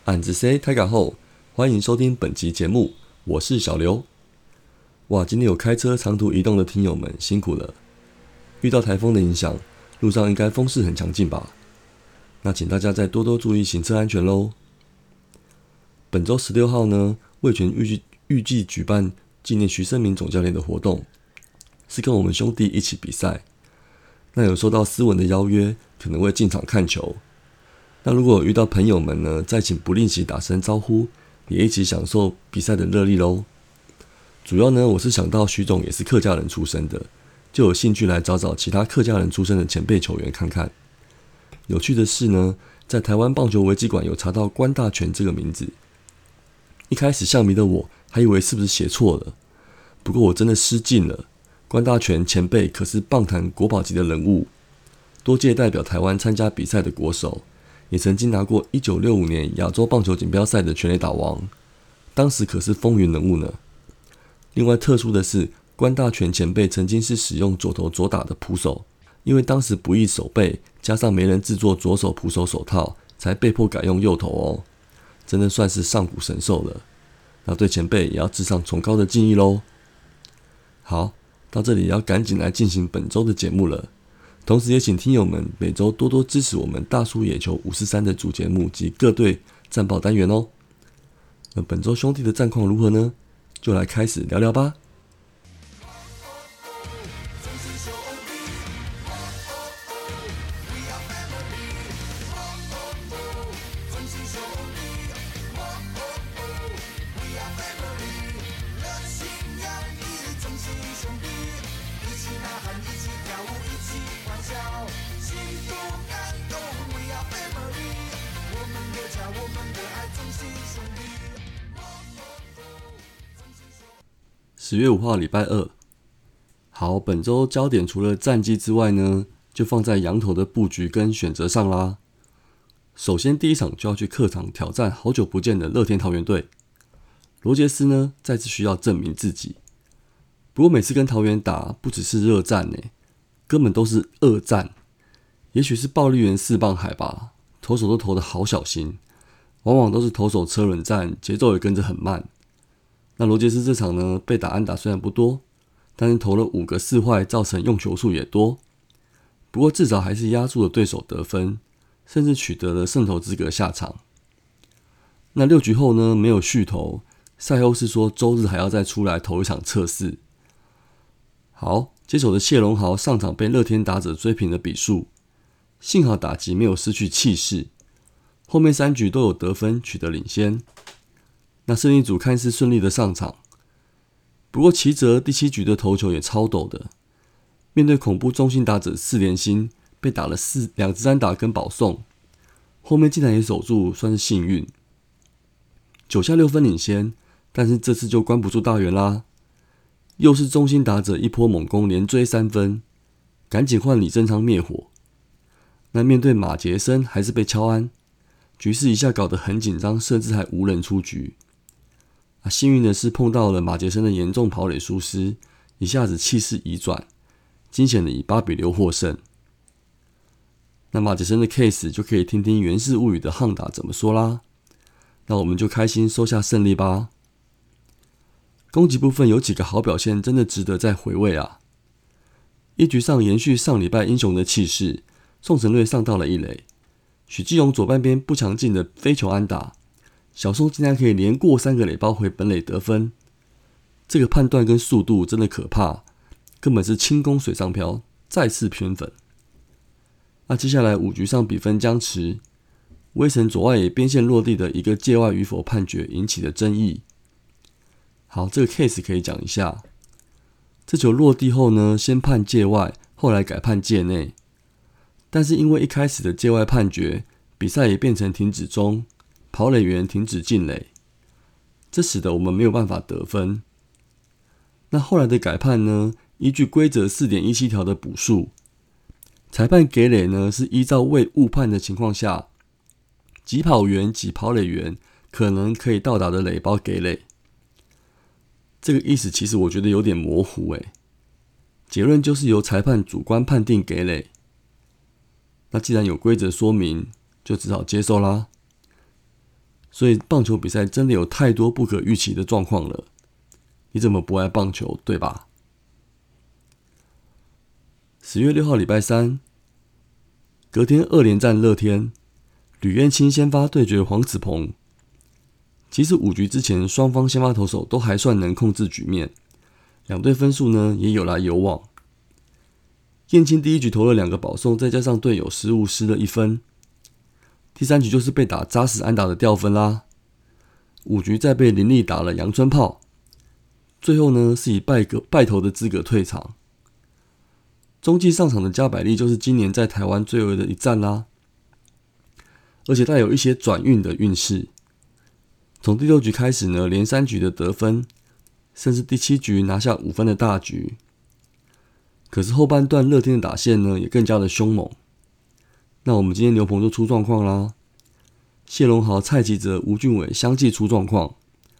俺子 C 开港后，欢迎收听本集节目，我是小刘。哇，今天有开车长途移动的听友们辛苦了。遇到台风的影响，路上应该风势很强劲吧？那请大家再多多注意行车安全咯。本周16号呢，味全预计举办纪念徐胜明总教练的活动，是跟我们兄弟一起比赛。那有收到斯文的邀约，可能会进场看球。那如果有遇到朋友们呢，再请不吝惜打声招呼，也一起享受比赛的热力咯。主要呢，我是想到徐总也是客家人出身的，就有兴趣来找找其他客家人出身的前辈球员看看。有趣的是呢，在台湾棒球维基馆有查到关大全这个名字。一开始象迷的我还以为是不是写错了，不过我真的失敬了。关大全前辈可是棒坛国宝级的人物，多届代表台湾参加比赛的国手，也曾经拿过1965年亚洲棒球锦标赛的全垒打王，当时可是风云人物呢。另外特殊的是，关大全前辈曾经是使用左投左打的捕手，因为当时不易守备，加上没人制作左手捕手手套，才被迫改用右投哦。真的算是上古神兽了。那对前辈也要致上崇高的敬意咯。好，到这里也要赶紧来进行本周的节目了。同时也请听友们每周多多支持我们大叔野球543的主节目及各队战报单元哦。那本周兄弟的战况如何呢？就来开始聊聊吧。10月5号礼拜二。好，本周焦点除了战绩之外呢，就放在洋投的布局跟选择上啦。首先第一场就要去客场挑战好久不见的乐天桃园队。罗杰斯呢，再次需要证明自己。不过每次跟桃园打不只是热战根本都是恶战。也许是暴力员4棒海吧，投手都投得好小心，往往都是投手车轮战，节奏也跟着很慢。那罗杰斯这场呢，被打安打虽然不多，但是投了5个4坏，造成用球数也多。不过至少还是压住了对手得分，甚至取得了胜投资格下场。那6局后呢，没有续投，赛后是说周日还要再出来投一场测试。好，接手的谢龙豪上场被乐天打者追平了比数，幸好打击没有失去气势，后面3局都有得分取得领先。那胜利组看似顺利的上场，不过齐泽第7局的投球也超陡的，面对恐怖中心打者4连星，被打了2支安打跟保送，后面竟然也守住，算是幸运。9下6分领先，但是这次就关不住大元啦，又是中心打者一波猛攻，连追3分，赶紧换李正昌灭火。那面对马杰森还是被敲安，局势一下搞得很紧张，甚至还无人出局。幸运的是碰到了马杰森的严重跑垒疏失，一下子气势移转，惊险的以8-6获胜。那马杰森的 case 就可以听听《源氏物语》的汉打怎么说啦。那我们就开心收下胜利吧。攻击部分有几个好表现，真的值得再回味啊。一局上延续上礼拜英雄的气势，宋承瑞上到了一垒，许基荣左半边不强劲的飞球安打，小宋竟然可以连过3个垒包回本垒得分，这个判断跟速度真的可怕，根本是轻功水上漂，再次偏粉。那接下来5局上比分僵持，威神左外野边线落地的一个界外与否判决引起了争议。好，这个 case 可以讲一下。这球落地后呢，先判界外，后来改判界内，但是因为一开始的界外判决，比赛也变成停止中，跑垒员停止进垒，这使得我们没有办法得分。那后来的改判呢，依据规则 4.17 条的补数，裁判给垒呢是依照未误判的情况下，击跑员及跑垒员可能可以到达的垒包给垒。这个意思其实我觉得有点模糊结论就是由裁判主观判定给垒。那既然有规则说明，就只好接受啦。 所以棒球比赛真的有太多不可预期的状况了。你怎么不爱棒球，对吧？10月6号礼拜三，隔天2连战乐天，吕彦青先发对决黄子鹏。其实5局之前，双方先发投手都还算能控制局面，两队分数呢也有来有往。彦青第1局投了2个保送，再加上队友失误失了1分。第3局就是被打扎实安打的掉分啦。5局再被林立打了阳春炮，最后呢是以败投的资格退场。中继上场的加百利就是今年在台湾最后的一战啦，而且带有一些转运的运势。从第6局开始呢，连3局的得分，甚至第7局拿下5分的大局。可是后半段乐天的打线呢也更加的凶猛。那我们今天牛棚就出状况啦，谢龙豪、蔡其哲、吴俊伟相继出状况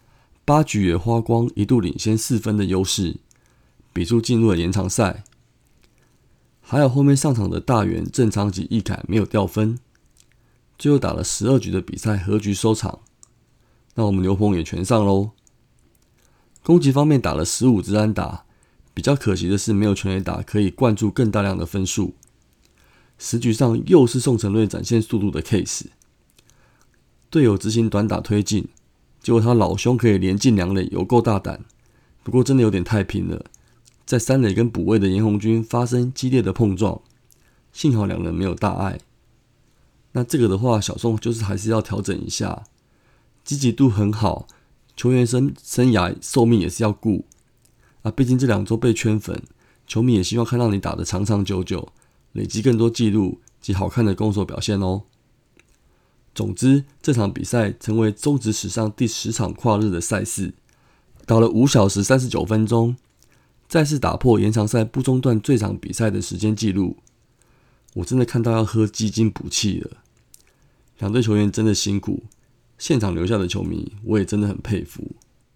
，8局也花光一度领先4分的优势，比数进入了延长赛。还有后面上场的大元、郑昌及易凯没有掉分，最后打了12局的比赛和局收场。那我们牛棚也全上咯。攻击方面打了15支安打，比较可惜的是没有全垒打可以灌注更大量的分数。10局上又是宋承瑞展现速度的 case， 队友执行短打推进，结果他老兄可以连进2垒，有够大胆。不过真的有点太拼了，在3垒跟补位的严红军发生激烈的碰撞，幸好2人没有大碍。那这个的话，小宋就是还是要调整一下，积极度很好，球员生涯寿命也是要顾啊。毕竟这2周被圈粉，球迷也希望看到你打得长长久久，累积更多纪录及好看的攻守表现哦。总之，这场比赛成为中职史上第10场跨日的赛事，打了5小时39分钟，再次打破延长赛不中断最长比赛的时间纪录。我真的看到要喝鸡精补气了。2队球员真的辛苦，现场留下的球迷我也真的很佩服。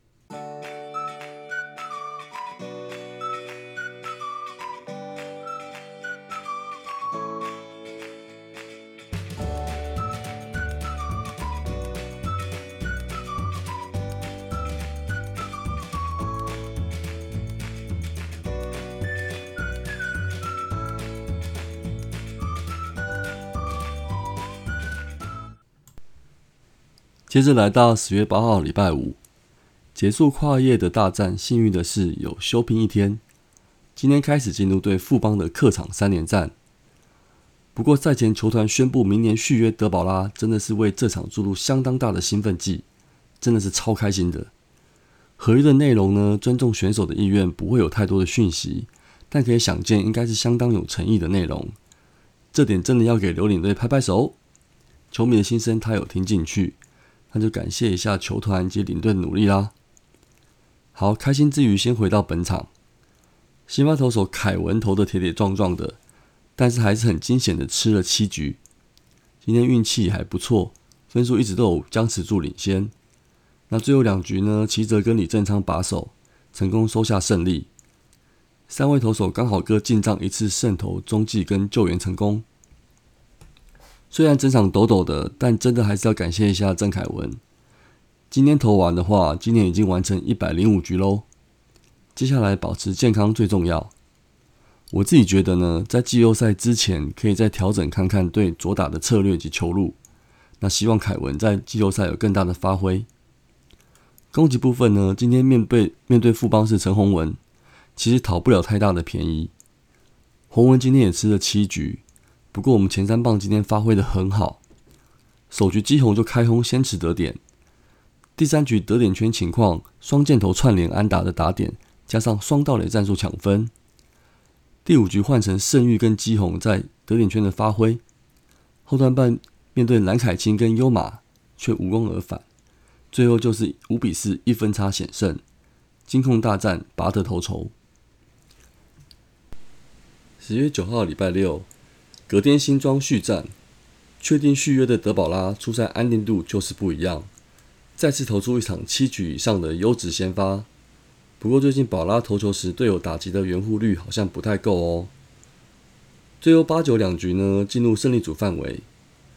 接着来到10月8号礼拜五，结束跨夜的大战，幸运的是有休平一天，今天开始进入对富邦的客场3连战。不过赛前球团宣布明年续约德保拉，真的是为这场注入相当大的兴奋剂，真的是超开心的。合约的内容呢，尊重选手的意愿，不会有太多的讯息，但可以想见应该是相当有诚意的内容，这点真的要给刘领队拍拍手。球迷的心声他有听进去，那就感谢一下球团及领队的努力啦。好，开心之余先回到本场，先发投手凯文投的铁铁壮壮的，但是还是很惊险的吃了7局。今天运气还不错，分数一直都有僵持住领先。那最后2局呢，齐泽跟李正昌把守，成功收下胜利。3位投手刚好各进账1次胜投、中继跟救援成功。虽然整场抖抖的，但真的还是要感谢一下郑凯文。今天投完的话，今年已经完成105局咯。接下来保持健康最重要。我自己觉得呢，在季后赛之前可以再调整看看对左打的策略及球路。那希望凯文在季后赛有更大的发挥。攻击部分呢，今天面对富邦是陈宏文，其实讨不了太大的便宜。宏文今天也吃了7局。不过我们前3棒今天发挥得很好，首局基宏就开轰先取得点，第3局得点圈情况，双箭头串联安打的打点，加上双盗垒战术抢分。第5局换成盛玉跟基宏在得点圈的发挥，后段半面对蓝凯清跟优马却无功而返，最后就是5-4 1分差险胜，金控大战拔得头筹。10月9号礼拜六。隔天新庄续战，确定续约的德保拉出赛安定度就是不一样，再次投出一场7局以上的优质先发。不过最近保拉投球时队友打击的援护率好像不太够哦。最后8-9两局呢进入胜利组范围，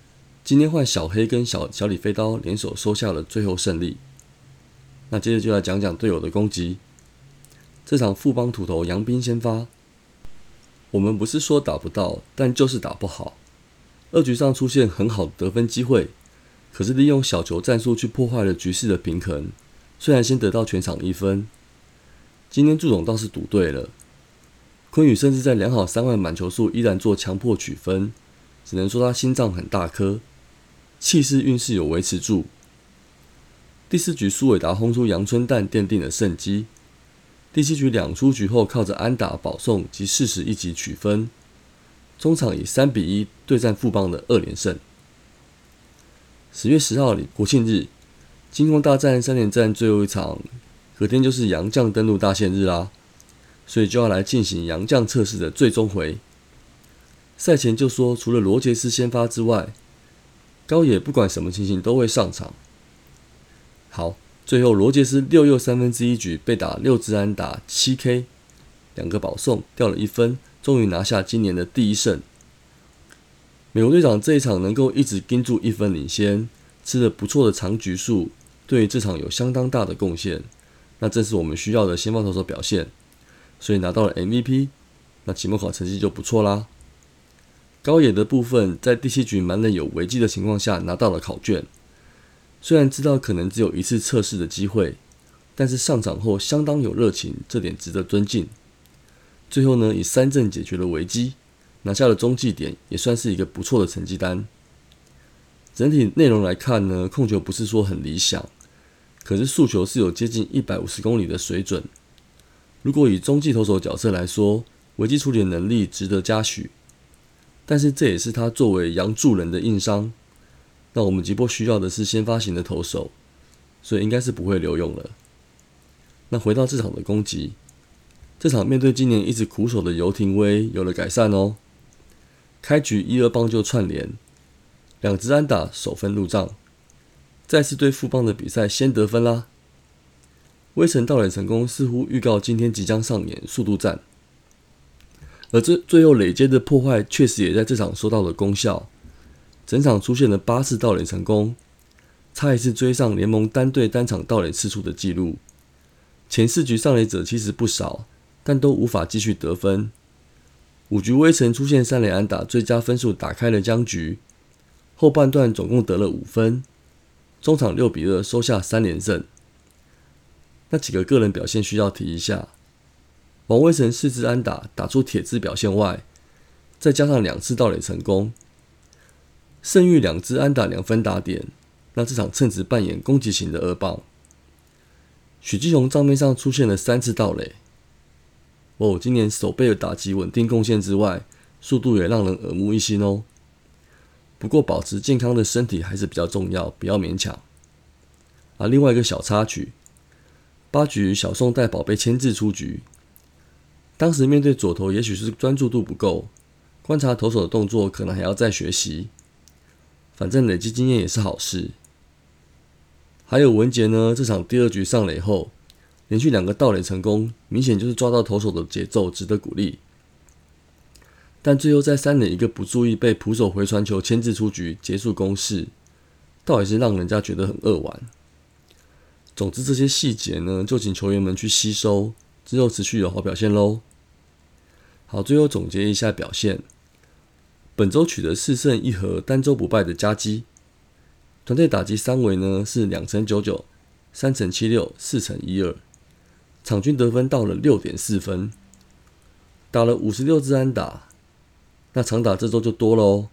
今天换小黑跟小李飞刀联手收下了最后胜利。那接着就来讲讲队友的攻击。这场富邦土头杨斌先发，我们不是说打不到，但就是打不好。二局上出现很好的得分机会，可是利用小球战术去破坏了局势的平衡，虽然先得到全场1分。今天祝总倒是赌对了，昆宇甚至在良好3万满球数依然做强迫取分，只能说他心脏很大颗，气势运势有维持住。第4局苏伟达轰出阳春蛋奠定了胜机，第7局2出局后靠着安打保送及41击取分，中场以3-1对战富邦的2连胜。10月10号国庆日，金光大战3连战最后一场，隔天就是洋将登陆大限日啦，所以就要来进行洋将测试的最终回。赛前就说，除了罗杰斯先发之外，高野不管什么情形都会上场。好，最后罗杰斯6又1/3局被打6支安打7K， 2个保送掉了1分，终于拿下今年的第1胜。美国队长这一场能够一直盯住1分领先，吃了不错的长局数，对于这场有相当大的贡献。那正是我们需要的先发投手表现，所以拿到了 MVP， 那期末考成绩就不错啦。高野的部分在第7局满垒有危机的情况下拿到了考卷，虽然知道可能只有1次测试的机会，但是上场后相当有热情，这点值得尊敬。最后呢，以3振解决了危机，拿下了中继点，也算是一个不错的成绩单。整体内容来看呢，控球不是说很理想，可是速球是有接近150公里的水准。如果以中继投手角色来说，危机处理的能力值得嘉许，但是这也是他作为洋助人的硬伤。那我们急迫需要的是先发型的投手，所以应该是不会留用了。那回到这场的攻击，这场面对今年一直苦守的游廷威有了改善哦。开局1、2棒就串联，2支安打首分入账，再次对富邦的比赛先得分啦。威城盗垒成功似乎预告今天即将上演速度战，而最后垒接的破坏确实也在这场收到了功效。整场出现了8次盗垒成功，差一次追上联盟单队单场盗垒次数的纪录。前4局上垒者其实不少，但都无法继续得分。5局威城出现3垒安打，最佳分数打开了僵局。后半段总共得了5分，中场6-2收下3连胜。那几个个人表现需要提一下，王威成4支安打打出铁支表现外，再加上2次盗垒成功，盛玉2支安打2分打点，那这场称职扮演攻击型的2棒。许基宏账面上出现了3次盗垒，今年守备的打击稳定贡献之外，速度也让人耳目一新哦。不过保持健康的身体还是比较重要，不要勉强。另外一个小插曲，8局小宋带宝贝牵制出局，当时面对左投也许是专注度不够，观察投手的动作可能还要再学习，反正累积经验也是好事。还有文杰呢，这场第2局上垒后连续2个盗垒成功，明显就是抓到投手的节奏，值得鼓励。但最后在3垒一个不注意被捕手回传球牵制出局，结束攻势，倒也是让人家觉得很扼腕。总之这些细节呢，就请球员们去吸收，之后持续有好表现咯。好，最后总结一下表现，本周取得4胜1和，单周不败的佳绩。团队打击3围呢是2成99、3成76、4成12，场均得分到了 6.4 分，打了56支安打，那长打这周就多了哦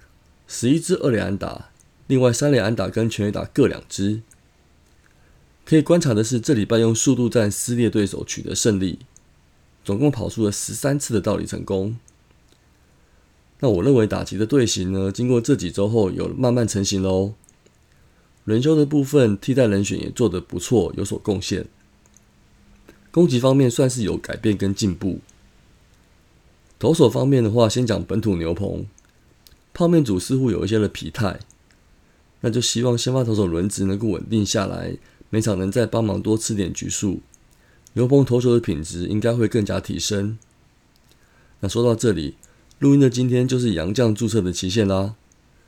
，11支2垒安打，另外3垒安打跟全垒打各2支。可以观察的是，这礼拜用速度战撕裂对手取得胜利，总共跑出了13次的盗垒成功。那我认为打击的队形呢，经过这几周后有慢慢成型了哦。轮休的部分，替代人选也做得不错，有所贡献。攻击方面算是有改变跟进步。投手方面的话，先讲本土牛棚，泡面组似乎有一些的疲态，那就希望先发投手轮值能够稳定下来，每场能再帮忙多吃点局数，牛棚投球的品质应该会更加提升。那说到这里，录音的今天就是洋将注册的期限啦。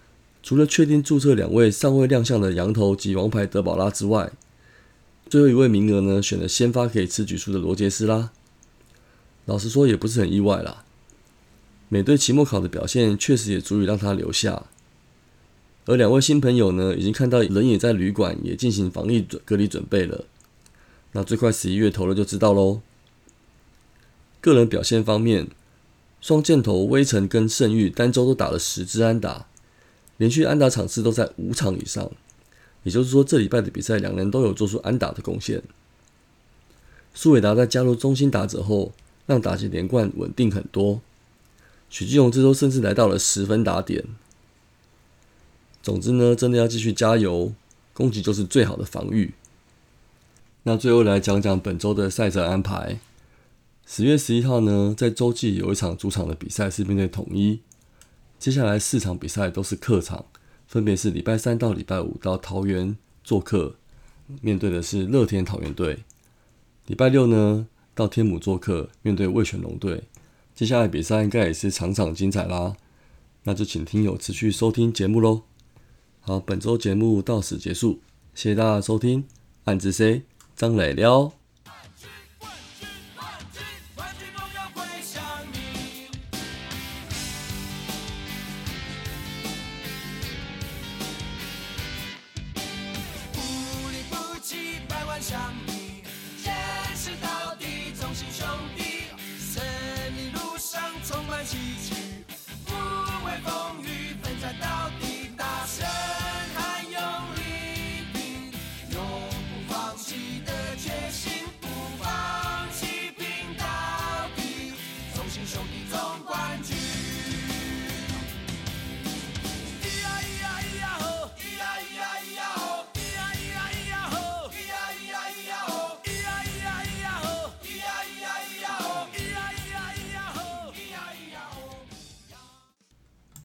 除了确定注册2位尚未亮相的洋投及王牌德保拉之外，最后一位名额呢，选了先发可以吃局数的罗杰斯啦。老实说也不是很意外啦，美队期末考的表现确实也足以让他留下。而2位新朋友呢，已经看到人也在旅馆也进行防疫隔离准备了，那最快11月投了就知道咯。个人表现方面，双箭头威城跟圣域单周都打了10支安打，连续安打场次都在5场以上，也就是说这礼拜的比赛2人都有做出安打的贡献。苏伟达在加入中心打者后，让打击连贯稳定很多，许基宏这周甚至来到了10分打点。总之呢，真的要继续加油，攻击就是最好的防御。那最后来讲讲本周的赛程安排。10月11号呢，在洲际有一场主场的比赛是面对统一，接下来4场比赛都是客场，分别是礼拜3到礼拜5到桃园做客，面对的是乐天桃园队。礼拜6呢，到天母做客，面对味全龙队。接下来比赛应该也是场场精彩啦，那就请听友持续收听节目咯。好，本周节目到此结束，谢谢大家收听，按之 C 张磊聊。